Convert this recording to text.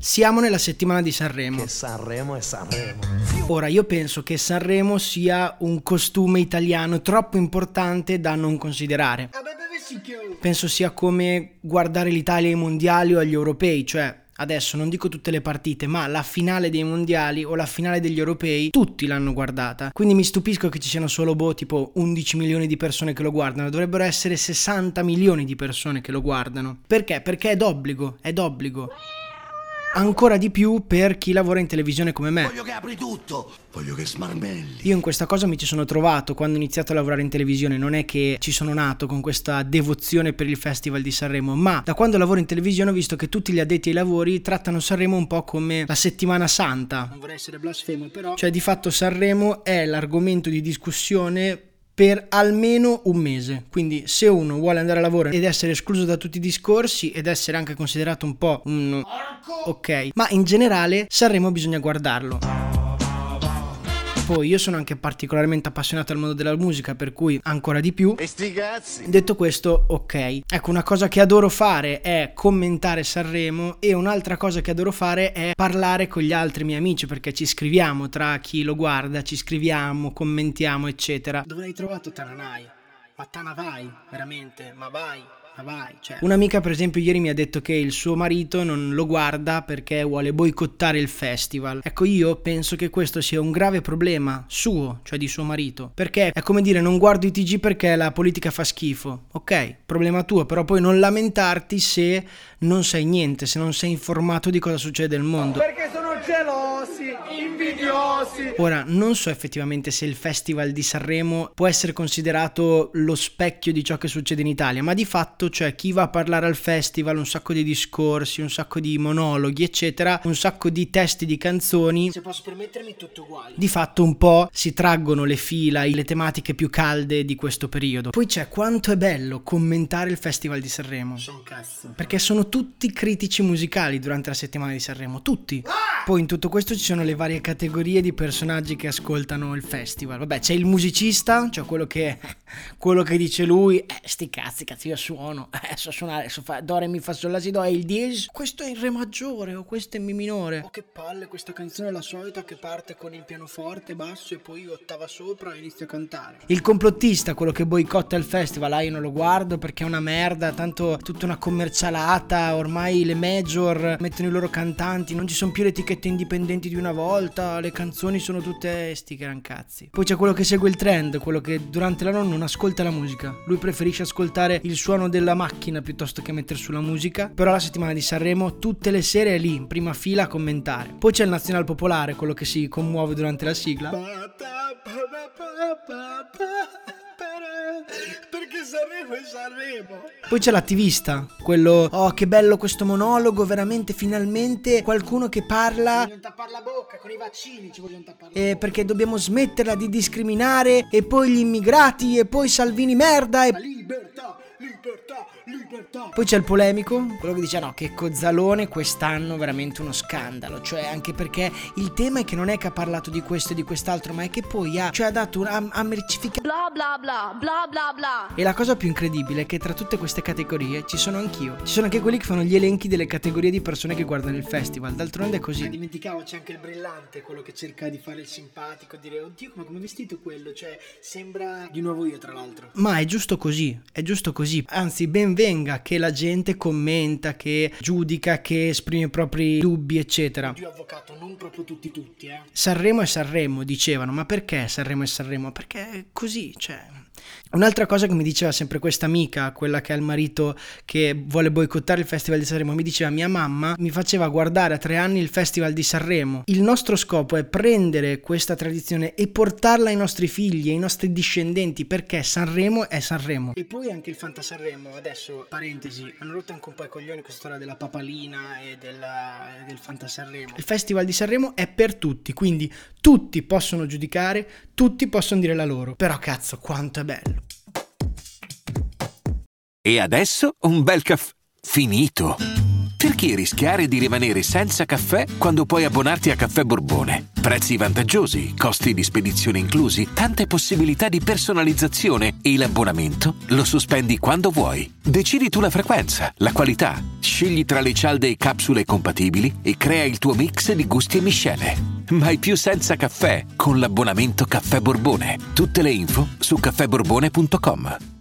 Siamo nella settimana di Sanremo. Che Sanremo è Sanremo. Ora, io penso che Sanremo sia un costume italiano troppo importante da non considerare. Penso sia come guardare l'Italia ai mondiali o agli europei, cioè adesso non dico tutte le partite, ma la finale dei mondiali o la finale degli europei tutti l'hanno guardata. Quindi mi stupisco che ci siano solo tipo 11 milioni di persone che lo guardano. Dovrebbero essere 60 milioni di persone che lo guardano. Perché? Perché è d'obbligo, è d'obbligo. Ancora di più per chi lavora in televisione come me. Voglio che apri tutto, voglio che smarmelli. Io in questa cosa mi ci sono trovato quando ho iniziato a lavorare in televisione. Non è che ci sono nato con questa devozione per il Festival di Sanremo, ma da quando lavoro in televisione ho visto che tutti gli addetti ai lavori trattano Sanremo un po' come la settimana santa. Non vorrei essere blasfemo, però. Cioè di fatto Sanremo è l'argomento di discussione per almeno un mese. Quindi se uno vuole andare a lavoro ed essere escluso da tutti i discorsi ed essere anche considerato un po' un ok, ma in generale Sanremo bisogna guardarlo. Poi io sono anche particolarmente appassionato al mondo della musica, per cui ancora di più. E sti cazzi. Detto questo, ok. Ecco, una cosa che adoro fare è commentare Sanremo, e un'altra cosa che adoro fare è parlare con gli altri miei amici, perché ci scriviamo tra chi lo guarda, ci scriviamo, commentiamo, eccetera. Dove hai trovato Tananai? Ma Tana vai, veramente, ma vai. Cioè. Un'amica per esempio ieri mi ha detto che il suo marito non lo guarda perché vuole boicottare il festival. Ecco, io penso che questo sia un grave problema suo, cioè di suo marito, perché è come dire non guardo i TG perché la politica fa schifo. Ok, problema tuo, però poi non lamentarti se non sai niente, se non sei informato di cosa succede nel mondo. Perché sono gelosi, invidiosi. Ora, non so effettivamente se il Festival di Sanremo può essere considerato lo specchio di ciò che succede in Italia, ma di fatto, cioè, chi va a parlare al festival, un sacco di discorsi, un sacco di monologhi, eccetera, un sacco di testi di canzoni, se posso permettermi, tutto uguale. Di fatto un po' si traggono le fila, le tematiche più calde di questo periodo. Poi c'è quanto è bello commentare il Festival di Sanremo. Perché sono tutti critici musicali durante la settimana di Sanremo, tutti. Poi in tutto questo ci sono le varie categorie di personaggi che ascoltano il festival. Vabbè, c'è il musicista, cioè quello che dice lui, sti cazzi io suono, so suonare, do re mi fa sol la si do, è il diesis, questo è in re maggiore o questo è in mi minore. Oh che palle, questa canzone è la solita che parte con il pianoforte basso e poi ottava sopra e inizia a cantare. Il complottista, quello che boicotta il festival, io non lo guardo perché è una merda, tanto è tutta una commercialata, ormai le major mettono i loro cantanti, non ci sono più le etichette indipendenti di una volta, le canzoni sono tutte sti gran cazzi. Poi c'è quello che segue il trend, quello che durante l'anno non ascolta la musica, lui preferisce ascoltare il suono della macchina piuttosto che mettere sulla musica, però la settimana di Sanremo tutte le sere è lì in prima fila a commentare. Poi c'è il nazional popolare, quello che si commuove durante la sigla, Perché Sanremo è Sanremo. poi c'è l'attivista, quello oh che bello questo monologo, veramente finalmente qualcuno che parla, Vogliono tappare la bocca con i vaccini, ci vogliono tappare perché dobbiamo smetterla di discriminare, e poi gli immigrati, e poi Salvini merda, e libertà, libertà, libertà. poi c'è il polemico, quello che dice no, che Cozzalone quest'anno veramente uno scandalo, cioè anche perché il tema è che non è che ha parlato di questo e di quest'altro, ma è che poi ha dato ha mercificato bla bla bla bla bla bla. E la cosa più incredibile è che tra tutte queste categorie ci sono anch'io, ci sono anche quelli che fanno gli elenchi delle categorie di persone che guardano il festival, d'altronde è così. Dimenticavo, c'è anche il brillante, quello che cerca di fare il simpatico, dire oddio come vestito quello, cioè sembra di nuovo io tra l'altro. Ma è giusto così, anzi ben venga che la gente commenta, che giudica, che esprime i propri dubbi, eccetera. Io avvocato, non proprio tutti, Sanremo è Sanremo, dicevano, ma perché Sanremo è Sanremo? Perché è così, cioè. Un'altra cosa che mi diceva sempre questa amica, quella che ha il marito che vuole boicottare il Festival di Sanremo, mi diceva mia mamma mi faceva guardare a 3 anni il Festival di Sanremo. Il nostro scopo è prendere questa tradizione e portarla ai nostri figli, ai nostri discendenti, perché Sanremo è Sanremo. E poi anche il Fanta Sanremo, adesso parentesi, hanno rotto anche un po' i coglioni questa storia della papalina e del Fanta Sanremo. Il Festival di Sanremo è per tutti, quindi tutti possono giudicare, tutti possono dire la loro. Però cazzo, quanto è bello. E adesso un bel caffè finito. Perché rischiare di rimanere senza caffè quando puoi abbonarti a Caffè Borbone? Prezzi vantaggiosi, costi di spedizione inclusi, tante possibilità di personalizzazione e l'abbonamento lo sospendi quando vuoi. Decidi tu la frequenza, la qualità, scegli tra le cialde e capsule compatibili e crea il tuo mix di gusti e miscele. Mai più senza caffè con l'abbonamento Caffè Borbone. Tutte le info su caffèborbone.com.